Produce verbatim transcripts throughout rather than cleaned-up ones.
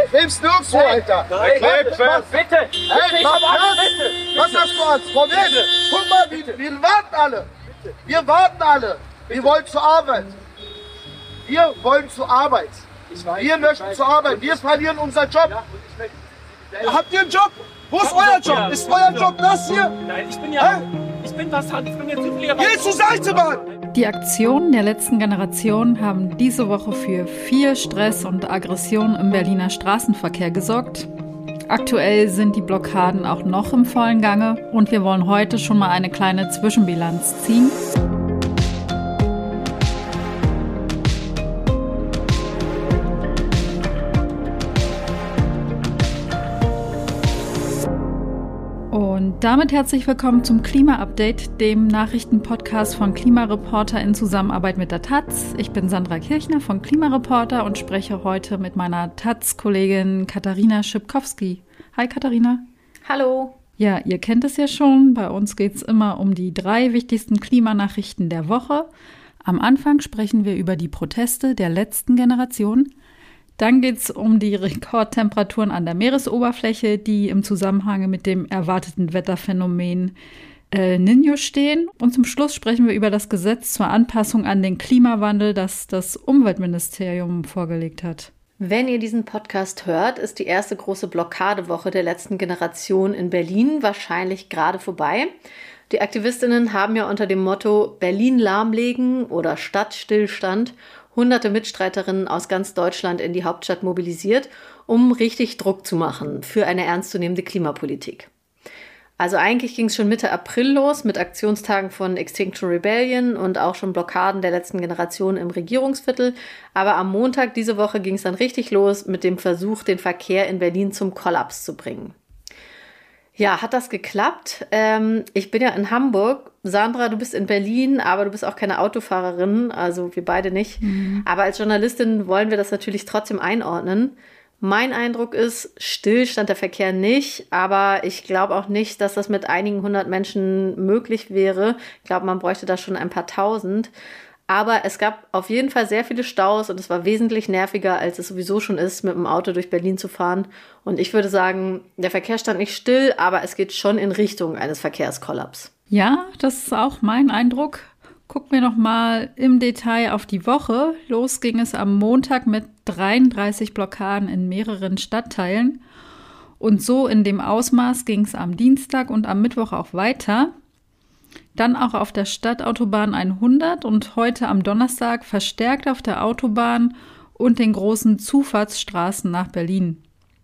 Lebst nirgendwo, Alter. Hey, Was, was, bitte! Hey, mach Platz! Was hast du Angst? Komm hin! Guck mal, wir, wir warten alle! Wir warten alle! Wir wollen zur Arbeit! Wir wollen zur Arbeit! Wir möchten zur Arbeit! Wir verlieren unseren Job! Habt ihr einen Job? Wo ist euer Job? Ist euer Job das hier? Nein, ich bin ja... Ich bin was, ich bin jetzt zufälliger... Geh zur Seite, Mann! Die Aktionen der letzten Generation haben diese Woche für viel Stress und Aggression im Berliner Straßenverkehr gesorgt. Aktuell sind die Blockaden auch noch im vollen Gange und wir wollen heute schon mal eine kleine Zwischenbilanz ziehen. Und damit herzlich willkommen zum Klima-Update, dem Nachrichtenpodcast von Klimareporter in Zusammenarbeit mit der Taz. Ich bin Sandra Kirchner von Klimareporter und spreche heute mit meiner Taz-Kollegin Katharina Schipkowski. Hi Katharina. Hallo. Ja, ihr kennt es ja schon, bei uns geht es immer um die drei wichtigsten Klimanachrichten der Woche. Am Anfang sprechen wir über die Proteste der letzten Generation. Dann geht es um die Rekordtemperaturen an der Meeresoberfläche, die im Zusammenhang mit dem erwarteten Wetterphänomen äh, Niño stehen. Und zum Schluss sprechen wir über das Gesetz zur Anpassung an den Klimawandel, das das Umweltministerium vorgelegt hat. Wenn ihr diesen Podcast hört, ist die erste große Blockadewoche der letzten Generation in Berlin wahrscheinlich gerade vorbei. Die Aktivistinnen haben ja unter dem Motto Berlin lahmlegen oder Stadtstillstand hunderte Mitstreiterinnen aus ganz Deutschland in die Hauptstadt mobilisiert, um richtig Druck zu machen für eine ernstzunehmende Klimapolitik. Also eigentlich ging es schon Mitte April los mit Aktionstagen von Extinction Rebellion und auch schon Blockaden der letzten Generation im Regierungsviertel. Aber am Montag diese Woche ging es dann richtig los mit dem Versuch, den Verkehr in Berlin zum Kollaps zu bringen. Ja, hat das geklappt? Ähm, ich bin ja in Hamburg. Sandra, du bist in Berlin, aber du bist auch keine Autofahrerin, also wir beide nicht. Mhm. Aber als Journalistin wollen wir das natürlich trotzdem einordnen. Mein Eindruck ist, still stand der Verkehr nicht, aber ich glaube auch nicht, dass das mit einigen hundert Menschen möglich wäre. Ich glaube, man bräuchte da schon ein paar tausend. Aber es gab auf jeden Fall sehr viele Staus und es war wesentlich nerviger, als es sowieso schon ist, mit dem Auto durch Berlin zu fahren. Und ich würde sagen, der Verkehr stand nicht still, aber es geht schon in Richtung eines Verkehrskollaps. Ja, das ist auch mein Eindruck. Gucken wir noch mal im Detail auf die Woche. Los ging es am Montag mit dreiunddreißig Blockaden in mehreren Stadtteilen. Und so in dem Ausmaß ging es am Dienstag und am Mittwoch auch weiter. Dann auch auf der Stadtautobahn hundert und heute am Donnerstag verstärkt auf der Autobahn und den großen Zufahrtsstraßen nach Berlin.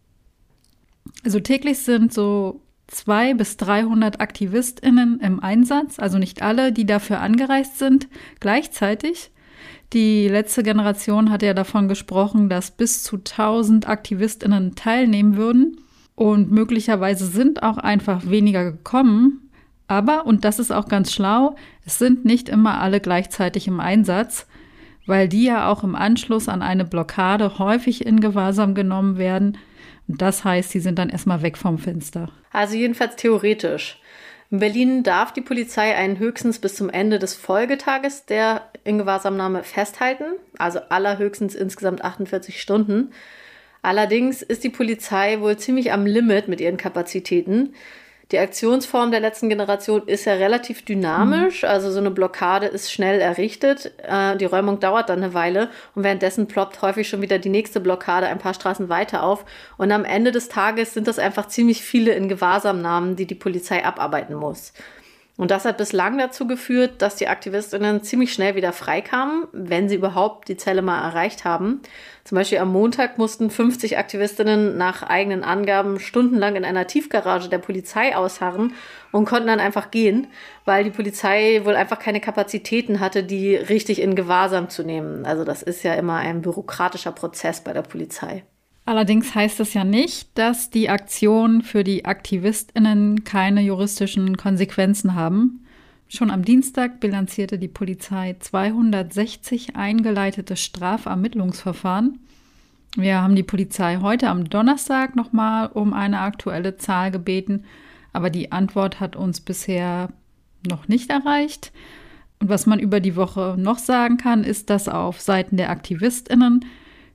Also täglich sind so zweihundert bis dreihundert AktivistInnen im Einsatz, also nicht alle, die dafür angereist sind, gleichzeitig. Die letzte Generation hat ja davon gesprochen, dass bis zu tausend AktivistInnen teilnehmen würden und möglicherweise sind auch einfach weniger gekommen. Aber, und das ist auch ganz schlau, es sind nicht immer alle gleichzeitig im Einsatz, weil die ja auch im Anschluss an eine Blockade häufig in Gewahrsam genommen werden. Und das heißt, sie sind dann erstmal weg vom Fenster. Also jedenfalls theoretisch. In Berlin darf die Polizei einen höchstens bis zum Ende des Folgetages der Ingewahrsamnahme festhalten, also allerhöchstens insgesamt achtundvierzig Stunden. Allerdings ist die Polizei wohl ziemlich am Limit mit ihren Kapazitäten. Die Aktionsform der letzten Generation ist ja relativ dynamisch, also so eine Blockade ist schnell errichtet, äh, die Räumung dauert dann eine Weile und währenddessen ploppt häufig schon wieder die nächste Blockade ein paar Straßen weiter auf und am Ende des Tages sind das einfach ziemlich viele in Gewahrsamnahmen, die die Polizei abarbeiten muss. Und das hat bislang dazu geführt, dass die AktivistInnen ziemlich schnell wieder freikamen, wenn sie überhaupt die Zelle mal erreicht haben. Zum Beispiel am Montag mussten fünfzig AktivistInnen nach eigenen Angaben stundenlang in einer Tiefgarage der Polizei ausharren und konnten dann einfach gehen, weil die Polizei wohl einfach keine Kapazitäten hatte, die richtig in Gewahrsam zu nehmen. Also das ist ja immer ein bürokratischer Prozess bei der Polizei. Allerdings heißt es ja nicht, dass die Aktionen für die AktivistInnen keine juristischen Konsequenzen haben. Schon am Dienstag bilanzierte die Polizei zweihundertsechzig eingeleitete Strafermittlungsverfahren. Wir haben die Polizei heute am Donnerstag nochmal um eine aktuelle Zahl gebeten, aber die Antwort hat uns bisher noch nicht erreicht. Und was man über die Woche noch sagen kann, ist, dass auf Seiten der AktivistInnen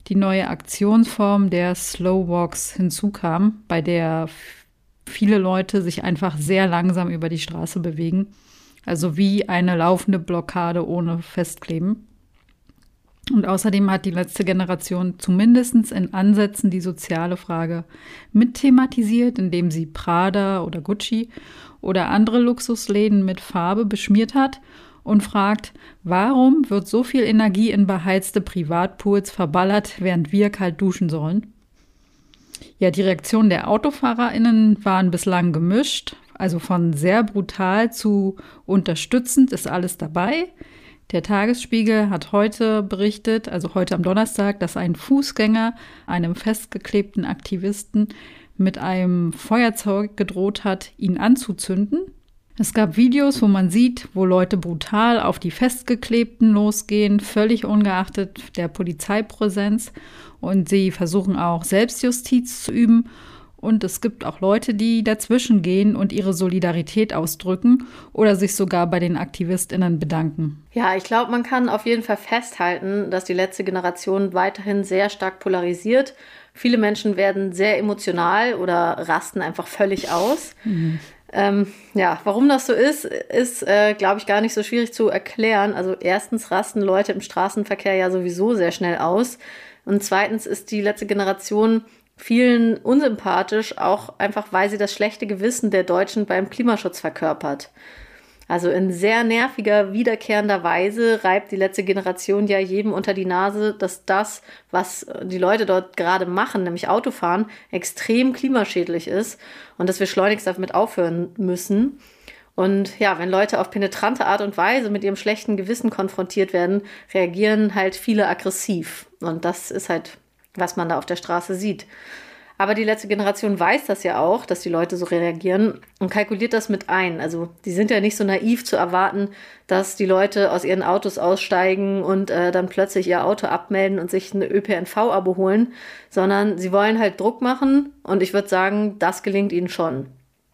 die neue Aktionsform der Slow Walks hinzukam, bei der viele Leute sich einfach sehr langsam über die Straße bewegen. Also wie eine laufende Blockade ohne Festkleben. Und außerdem hat die letzte Generation zumindest in Ansätzen die soziale Frage mit thematisiert, indem sie Prada oder Gucci oder andere Luxusläden mit Farbe beschmiert hat und fragt, warum wird so viel Energie in beheizte Privatpools verballert, während wir kalt duschen sollen? Ja, die Reaktionen der AutofahrerInnen waren bislang gemischt, also von sehr brutal zu unterstützend ist alles dabei. Der Tagesspiegel hat heute berichtet, also heute am Donnerstag, dass ein Fußgänger einem festgeklebten Aktivisten mit einem Feuerzeug gedroht hat, ihn anzuzünden. Es gab Videos, wo man sieht, wo Leute brutal auf die Festgeklebten losgehen, völlig ungeachtet der Polizeipräsenz. Und sie versuchen auch Selbstjustiz zu üben. Und es gibt auch Leute, die dazwischen gehen und ihre Solidarität ausdrücken oder sich sogar bei den AktivistInnen bedanken. Ja, ich glaube, man kann auf jeden Fall festhalten, dass die letzte Generation weiterhin sehr stark polarisiert. Viele Menschen werden sehr emotional oder rasten einfach völlig aus. Mhm. Ähm, ja, warum das so ist, ist, äh, glaube ich, gar nicht so schwierig zu erklären. Also erstens rasten Leute im Straßenverkehr ja sowieso sehr schnell aus. Und zweitens ist die letzte Generation vielen unsympathisch, auch einfach, weil sie das schlechte Gewissen der Deutschen beim Klimaschutz verkörpert. Also in sehr nerviger, wiederkehrender Weise reibt die letzte Generation ja jedem unter die Nase, dass das, was die Leute dort gerade machen, nämlich Autofahren, extrem klimaschädlich ist und dass wir schleunigst damit aufhören müssen. Und ja, wenn Leute auf penetrante Art und Weise mit ihrem schlechten Gewissen konfrontiert werden, reagieren halt viele aggressiv. Und das ist halt, was man da auf der Straße sieht. Aber die letzte Generation weiß das ja auch, dass die Leute so reagieren und kalkuliert das mit ein. Also die sind ja nicht so naiv zu erwarten, dass die Leute aus ihren Autos aussteigen und äh, dann plötzlich ihr Auto abmelden und sich ein Ö P N V-Abo holen, sondern sie wollen halt Druck machen und ich würde sagen, das gelingt ihnen schon.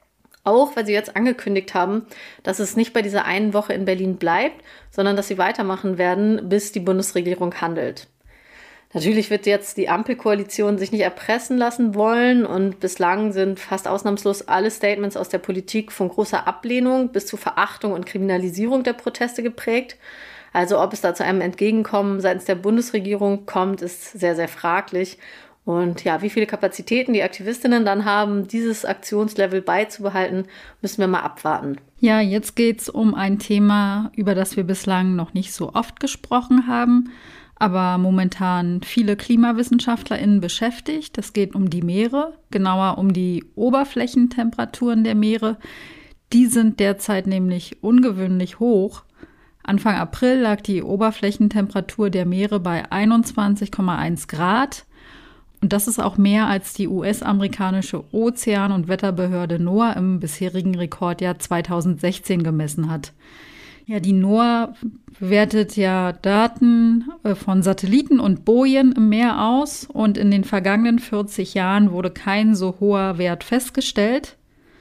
Auch weil sie jetzt angekündigt haben, dass es nicht bei dieser einen Woche in Berlin bleibt, sondern dass sie weitermachen werden, bis die Bundesregierung handelt. Natürlich wird jetzt die Ampelkoalition sich nicht erpressen lassen wollen und bislang sind fast ausnahmslos alle Statements aus der Politik von großer Ablehnung bis zu Verachtung und Kriminalisierung der Proteste geprägt. Also ob es da zu einem Entgegenkommen seitens der Bundesregierung kommt, ist sehr, sehr fraglich. Und ja, wie viele Kapazitäten die Aktivistinnen dann haben, dieses Aktionslevel beizubehalten, müssen wir mal abwarten. Ja, jetzt geht's um ein Thema, über das wir bislang noch nicht so oft gesprochen haben, aber momentan viele KlimawissenschaftlerInnen beschäftigt. Es geht um die Meere, genauer um die Oberflächentemperaturen der Meere. Die sind derzeit nämlich ungewöhnlich hoch. Anfang April lag die Oberflächentemperatur der Meere bei einundzwanzig Komma eins Grad. Und das ist auch mehr, als die U S-amerikanische Ozean- und Wetterbehörde NOAA im bisherigen Rekordjahr zweitausendsechzehn gemessen hat. Ja, die NOAA wertet ja Daten von Satelliten und Bojen im Meer aus und in den vergangenen vierzig Jahren wurde kein so hoher Wert festgestellt.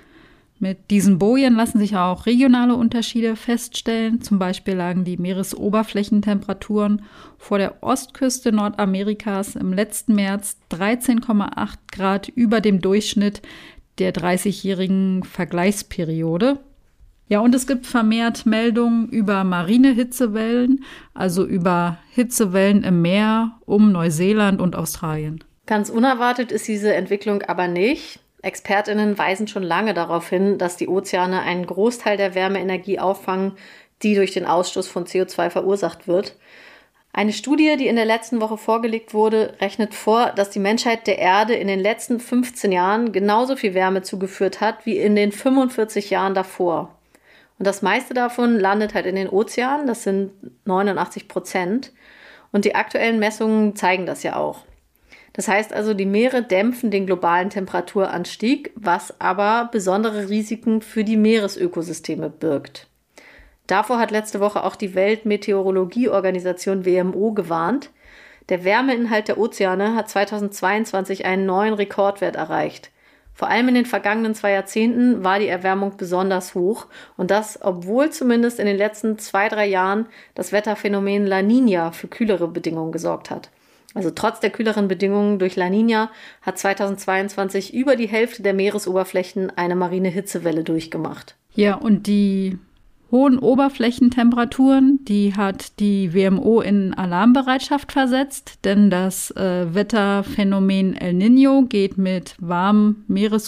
Mit diesen Bojen lassen sich auch regionale Unterschiede feststellen. Zum Beispiel lagen die Meeresoberflächentemperaturen vor der Ostküste Nordamerikas im letzten März dreizehn Komma acht Grad über dem Durchschnitt der dreißigjährigen Vergleichsperiode. Ja, und es gibt vermehrt Meldungen über marine Hitzewellen, also über Hitzewellen im Meer um Neuseeland und Australien. Ganz unerwartet ist diese Entwicklung aber nicht. ExpertInnen weisen schon lange darauf hin, dass die Ozeane einen Großteil der Wärmeenergie auffangen, die durch den Ausstoß von C O zwei verursacht wird. Eine Studie, die in der letzten Woche vorgelegt wurde, rechnet vor, dass die Menschheit der Erde in den letzten fünfzehn Jahren genauso viel Wärme zugeführt hat wie in den fünfundvierzig Jahren davor. Und das meiste davon landet halt in den Ozeanen, das sind neunundachtzig Prozent. Und die aktuellen Messungen zeigen das ja auch. Das heißt also, die Meere dämpfen den globalen Temperaturanstieg, was aber besondere Risiken für die Meeresökosysteme birgt. Davor hat letzte Woche auch die Weltmeteorologieorganisation W M O gewarnt. Der Wärmeinhalt der Ozeane hat zweitausendzweiundzwanzig einen neuen Rekordwert erreicht. Vor allem in den vergangenen zwei Jahrzehnten war die Erwärmung besonders hoch und das, obwohl zumindest in den letzten zwei, drei Jahren das Wetterphänomen La Niña für kühlere Bedingungen gesorgt hat. Also trotz der kühleren Bedingungen durch La Niña hat zweitausendzweiundzwanzig über die Hälfte der Meeresoberflächen eine marine Hitzewelle durchgemacht. Ja, und die hohen Oberflächentemperaturen, die hat die W M O in Alarmbereitschaft versetzt, denn das äh, Wetterphänomen El Niño geht mit warmen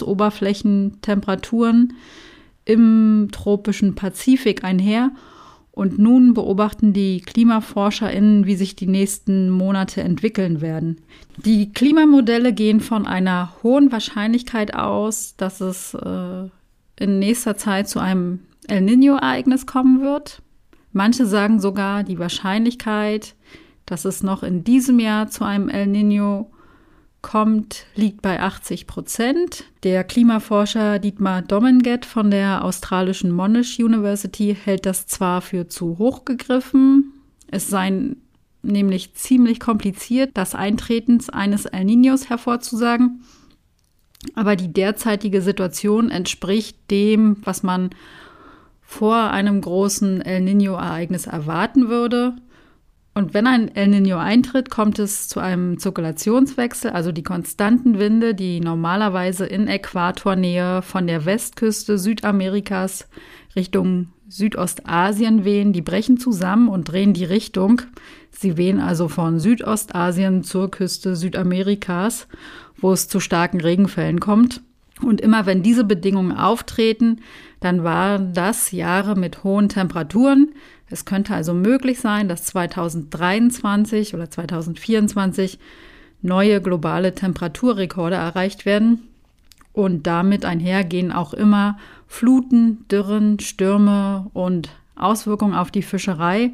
Meeresoberflächentemperaturen im tropischen Pazifik einher. Und nun beobachten die KlimaforscherInnen, wie sich die nächsten Monate entwickeln werden. Die Klimamodelle gehen von einer hohen Wahrscheinlichkeit aus, dass es äh, in nächster Zeit zu einem El Niño-Ereignis kommen wird. Manche sagen sogar, die Wahrscheinlichkeit, dass es noch in diesem Jahr zu einem El Niño kommt, liegt bei achtzig Prozent. Der Klimaforscher Dietmar Dominguez von der australischen Monash University hält das zwar für zu hoch gegriffen, es sei nämlich ziemlich kompliziert, das Eintreten eines El Niños hervorzusagen, aber die derzeitige Situation entspricht dem, was man vor einem großen El Niño-Ereignis erwarten würde. Und wenn ein El Niño eintritt, kommt es zu einem Zirkulationswechsel, also die konstanten Winde, die normalerweise in Äquatornähe von der Westküste Südamerikas Richtung Südostasien wehen, die brechen zusammen und drehen die Richtung. Sie wehen also von Südostasien zur Küste Südamerikas, wo es zu starken Regenfällen kommt. Und immer wenn diese Bedingungen auftreten, dann waren das Jahre mit hohen Temperaturen. Es könnte also möglich sein, dass zweitausenddreiundzwanzig oder zweitausendvierundzwanzig neue globale Temperaturrekorde erreicht werden. Und damit einhergehen auch immer Fluten, Dürren, Stürme und Auswirkungen auf die Fischerei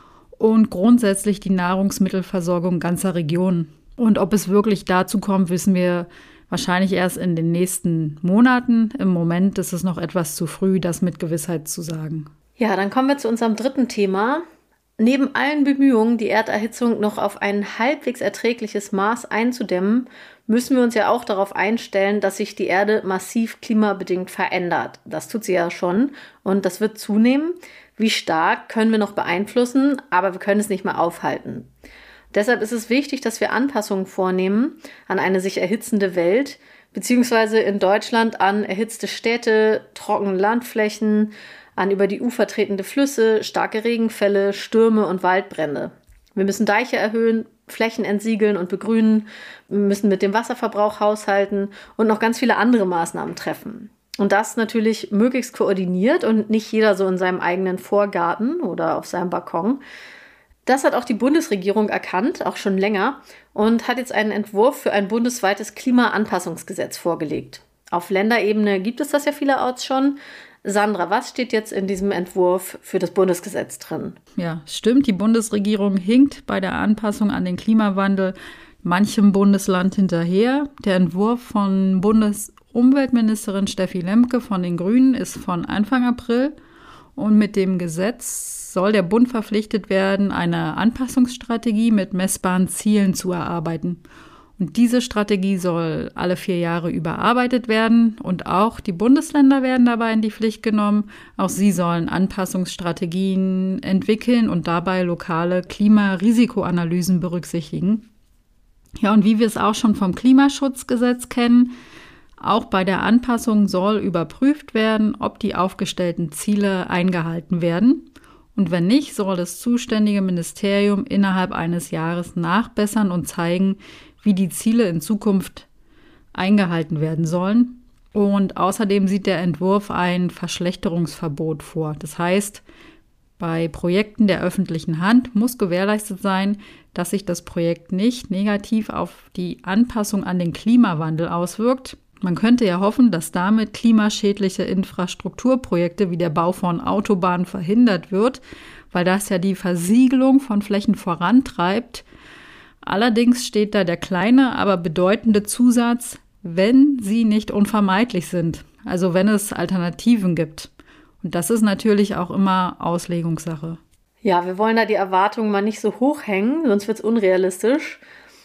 und grundsätzlich die Nahrungsmittelversorgung ganzer Regionen. Und ob es wirklich dazu kommt, wissen wir wahrscheinlich erst in den nächsten Monaten. Im Moment ist es noch etwas zu früh, das mit Gewissheit zu sagen. Ja, dann kommen wir zu unserem dritten Thema. Neben allen Bemühungen, die Erderhitzung noch auf ein halbwegs erträgliches Maß einzudämmen, müssen wir uns ja auch darauf einstellen, dass sich die Erde massiv klimabedingt verändert. Das tut sie ja schon und das wird zunehmen. Wie stark können wir noch beeinflussen, aber wir können es nicht mehr aufhalten. Deshalb ist es wichtig, dass wir Anpassungen vornehmen an eine sich erhitzende Welt, beziehungsweise in Deutschland an erhitzte Städte, trockene Landflächen, an über die Ufer tretende Flüsse, starke Regenfälle, Stürme und Waldbrände. Wir müssen Deiche erhöhen, Flächen entsiegeln und begrünen, wir müssen mit dem Wasserverbrauch haushalten und noch ganz viele andere Maßnahmen treffen. Und das natürlich möglichst koordiniert und nicht jeder so in seinem eigenen Vorgarten oder auf seinem Balkon. Das hat auch die Bundesregierung erkannt, auch schon länger, und hat jetzt einen Entwurf für ein bundesweites Klimaanpassungsgesetz vorgelegt. Auf Länderebene gibt es das ja vielerorts schon. Sandra, was steht jetzt in diesem Entwurf für das Bundesgesetz drin? Ja, stimmt. Die Bundesregierung hinkt bei der Anpassung an den Klimawandel manchem Bundesland hinterher. Der Entwurf von Bundesumweltministerin Steffi Lemke von den Grünen ist von Anfang April. Und mit dem Gesetz soll der Bund verpflichtet werden, eine Anpassungsstrategie mit messbaren Zielen zu erarbeiten. Und diese Strategie soll alle vier Jahre überarbeitet werden und auch die Bundesländer werden dabei in die Pflicht genommen. Auch sie sollen Anpassungsstrategien entwickeln und dabei lokale Klimarisikoanalysen berücksichtigen. Ja, und wie wir es auch schon vom Klimaschutzgesetz kennen, auch bei der Anpassung soll überprüft werden, ob die aufgestellten Ziele eingehalten werden. Und wenn nicht, soll das zuständige Ministerium innerhalb eines Jahres nachbessern und zeigen, wie die Ziele in Zukunft eingehalten werden sollen. Und außerdem sieht der Entwurf ein Verschlechterungsverbot vor. Das heißt, bei Projekten der öffentlichen Hand muss gewährleistet sein, dass sich das Projekt nicht negativ auf die Anpassung an den Klimawandel auswirkt. Man könnte ja hoffen, dass damit klimaschädliche Infrastrukturprojekte wie der Bau von Autobahnen verhindert wird, weil das ja die Versiegelung von Flächen vorantreibt. Allerdings steht da der kleine, aber bedeutende Zusatz, wenn sie nicht unvermeidlich sind, also wenn es Alternativen gibt. Und das ist natürlich auch immer Auslegungssache. Ja, wir wollen da die Erwartungen mal nicht so hoch hängen, sonst wird es unrealistisch.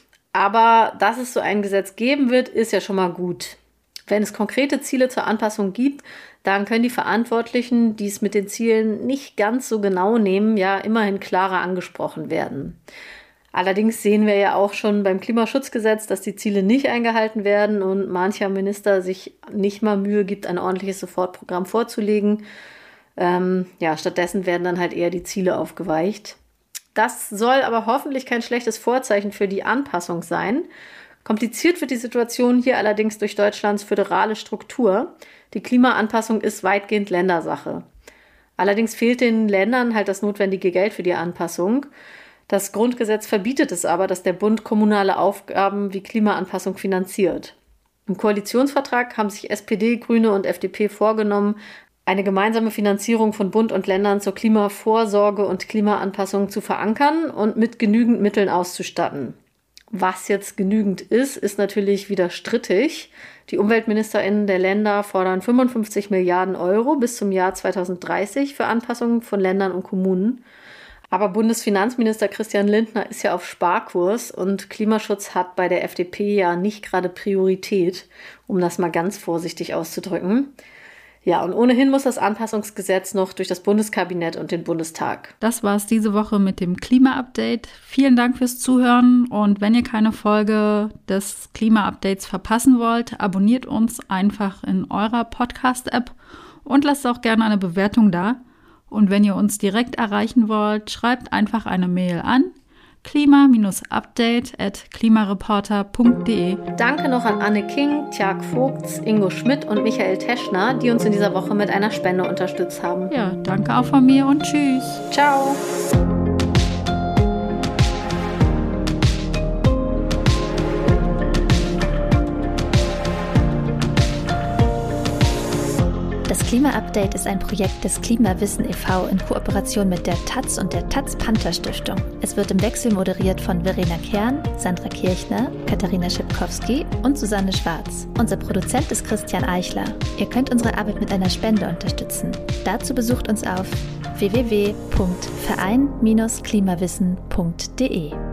Aber dass es so ein Gesetz geben wird, ist ja schon mal gut. Wenn es konkrete Ziele zur Anpassung gibt, dann können die Verantwortlichen, die es mit den Zielen nicht ganz so genau nehmen, ja immerhin klarer angesprochen werden. Allerdings sehen wir ja auch schon beim Klimaschutzgesetz, dass die Ziele nicht eingehalten werden und mancher Minister sich nicht mal Mühe gibt, ein ordentliches Sofortprogramm vorzulegen. Ähm, ja, stattdessen werden dann halt eher die Ziele aufgeweicht. Das soll aber hoffentlich kein schlechtes Vorzeichen für die Anpassung sein. Kompliziert wird die Situation hier allerdings durch Deutschlands föderale Struktur. Die Klimaanpassung ist weitgehend Ländersache. Allerdings fehlt den Ländern halt das notwendige Geld für die Anpassung. Das Grundgesetz verbietet es aber, dass der Bund kommunale Aufgaben wie Klimaanpassung finanziert. Im Koalitionsvertrag haben sich S P D, Grüne und F D P vorgenommen, eine gemeinsame Finanzierung von Bund und Ländern zur Klimavorsorge und Klimaanpassung zu verankern und mit genügend Mitteln auszustatten. Was jetzt genügend ist, ist natürlich wieder strittig. Die UmweltministerInnen der Länder fordern fünfundfünfzig Milliarden Euro bis zum Jahr zweitausenddreißig für Anpassungen von Ländern und Kommunen. Aber Bundesfinanzminister Christian Lindner ist ja auf Sparkurs und Klimaschutz hat bei der F D P ja nicht gerade Priorität, um das mal ganz vorsichtig auszudrücken. Ja, und ohnehin muss das Anpassungsgesetz noch durch das Bundeskabinett und den Bundestag. Das war es diese Woche mit dem Klima-Update. Vielen Dank fürs Zuhören und wenn ihr keine Folge des Klima-Updates verpassen wollt, abonniert uns einfach in eurer Podcast-App und lasst auch gerne eine Bewertung da. Und wenn ihr uns direkt erreichen wollt, schreibt einfach eine Mail an klima-update at klimareporter punkt de. Danke noch an Anne King, Tjag Vogts, Ingo Schmidt und Michael Teschner, die uns in dieser Woche mit einer Spende unterstützt haben. Ja, danke auch von mir und tschüss. Ciao. Das Klima-Update ist ein Projekt des Klimawissen e V in Kooperation mit der Taz und der Taz-Panther-Stiftung. Es wird im Wechsel moderiert von Verena Kern, Sandra Kirchner, Katharina Schipkowski und Susanne Schwarz. Unser Produzent ist Christian Eichler. Ihr könnt unsere Arbeit mit einer Spende unterstützen. Dazu besucht uns auf w w w punkt verein Bindestrich klimawissen punkt de.